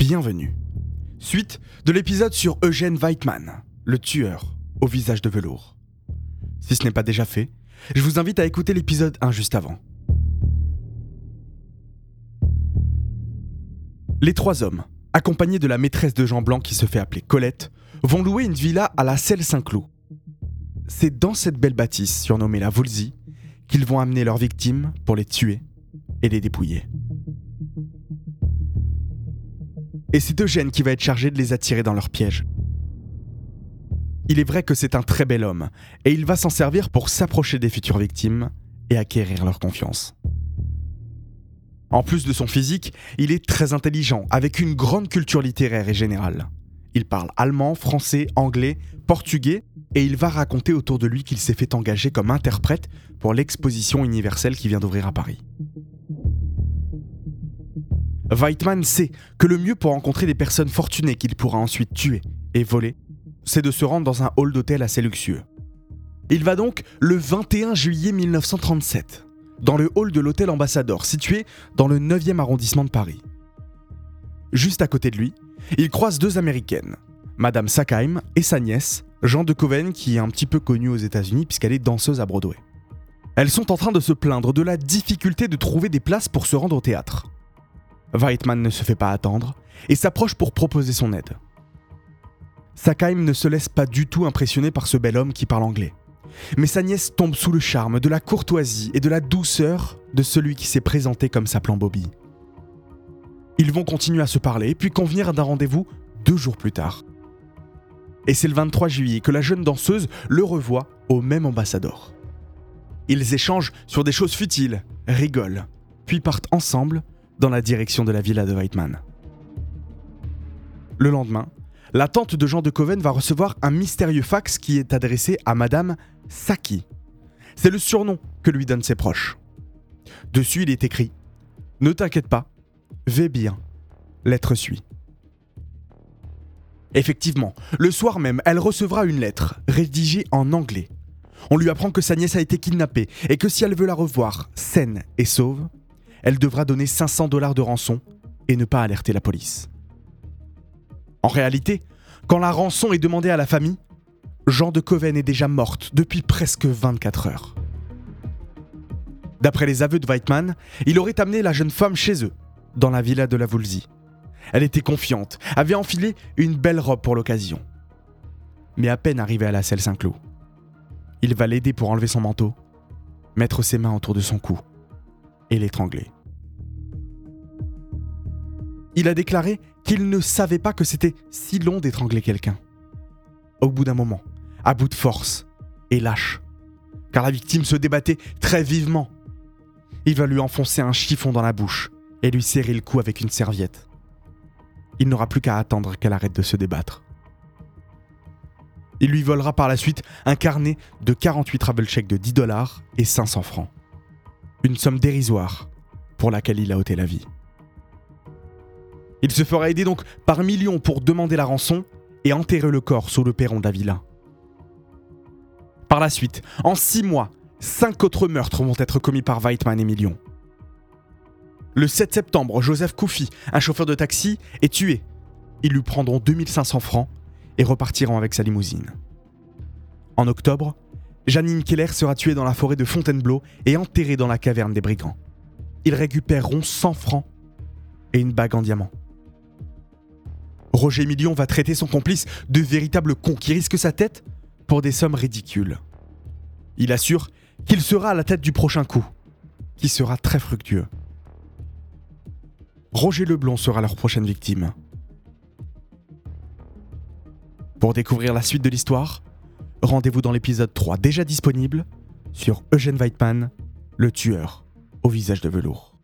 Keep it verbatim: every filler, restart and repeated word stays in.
Bienvenue. Suite de l'épisode sur Eugène Weitmann, le tueur au visage de velours. Si ce n'est pas déjà fait, je vous invite à écouter l'épisode un juste avant. Les trois hommes, accompagnés de la maîtresse de Jean Blanc qui se fait appeler Colette, vont louer une villa à la Selle-Saint-Cloud. C'est dans cette belle bâtisse, surnommée la Woolsey, qu'ils vont amener leurs victimes pour les tuer et les dépouiller. Et c'est Eugène qui va être chargé de les attirer dans leur piège. Il est vrai que c'est un très bel homme, et il va s'en servir pour s'approcher des futures victimes et acquérir leur confiance. En plus de son physique, il est très intelligent, avec une grande culture littéraire et générale. Il parle allemand, français, anglais, portugais, et il va raconter autour de lui qu'il s'est fait engager comme interprète pour l'exposition universelle qui vient d'ouvrir à Paris. Weitmann sait que le mieux pour rencontrer des personnes fortunées qu'il pourra ensuite tuer et voler, c'est de se rendre dans un hall d'hôtel assez luxueux. Il va donc le vingt et un juillet mille neuf cent trente-sept, dans le hall de l'hôtel Ambassador, situé dans le neuvième arrondissement de Paris. Juste à côté de lui, il croise deux Américaines, Madame Sackheim et sa nièce, Jean de Koven, qui est un petit peu connue aux États-Unis puisqu'elle est danseuse à Broadway. Elles sont en train de se plaindre de la difficulté de trouver des places pour se rendre au théâtre. Weitmann ne se fait pas attendre et s'approche pour proposer son aide. Sackheim ne se laisse pas du tout impressionner par ce bel homme qui parle anglais. Mais sa nièce tombe sous le charme de la courtoisie et de la douceur de celui qui s'est présenté comme s'appelant Bobby. Ils vont continuer à se parler puis convenir d'un rendez-vous deux jours plus tard. Et c'est le vingt-trois juillet que la jeune danseuse le revoit au même Ambassador. Ils échangent sur des choses futiles, rigolent, puis partent ensemble dans la direction de la villa de Weitmann. Le lendemain, la tante de Jean de Koven va recevoir un mystérieux fax qui est adressé à Madame Saki. C'est le surnom que lui donnent ses proches. Dessus, il est écrit « Ne t'inquiète pas, vais bien, lettre suit ». Effectivement, le soir même, elle recevra une lettre, rédigée en anglais. On lui apprend que sa nièce a été kidnappée et que si elle veut la revoir saine et sauve, elle devra donner cinq cents dollars de rançon et ne pas alerter la police. En réalité, quand la rançon est demandée à la famille, Jean de Koven est déjà morte depuis presque vingt-quatre heures. D'après les aveux de Weitmann, il aurait amené la jeune femme chez eux, dans la villa de la Woolsey. Elle était confiante, avait enfilé une belle robe pour l'occasion. Mais à peine arrivé à la Selle-Saint-Cloud, il va l'aider pour enlever son manteau, mettre ses mains autour de son cou et l'étrangler. Il a déclaré qu'il ne savait pas que c'était si long d'étrangler quelqu'un. Au bout d'un moment, à bout de force et lâche, car la victime se débattait très vivement, il va lui enfoncer un chiffon dans la bouche et lui serrer le cou avec une serviette. Il n'aura plus qu'à attendre qu'elle arrête de se débattre. Il lui volera par la suite un carnet de quarante-huit travel checks de dix dollars et cinq cents francs. Une somme dérisoire pour laquelle il a ôté la vie. Il se fera aider donc par millions pour demander la rançon et enterrer le corps sous le perron de la villa. Par la suite, en six mois, cinq autres meurtres vont être commis par Weitmann et Million. Le sept septembre, Joseph Koufi, un chauffeur de taxi, est tué. Ils lui prendront deux mille cinq cents francs et repartiront avec sa limousine. En octobre, Janine Keller sera tuée dans la forêt de Fontainebleau et enterrée dans la caverne des brigands. Ils récupéreront cent francs et une bague en diamant. Roger Million va traiter son complice de véritable con qui risque sa tête pour des sommes ridicules. Il assure qu'il sera à la tête du prochain coup, qui sera très fructueux. Roger Leblond sera leur prochaine victime. Pour découvrir la suite de l'histoire, rendez-vous dans l'épisode trois déjà disponible sur Eugène Weitmann, le tueur au visage de velours.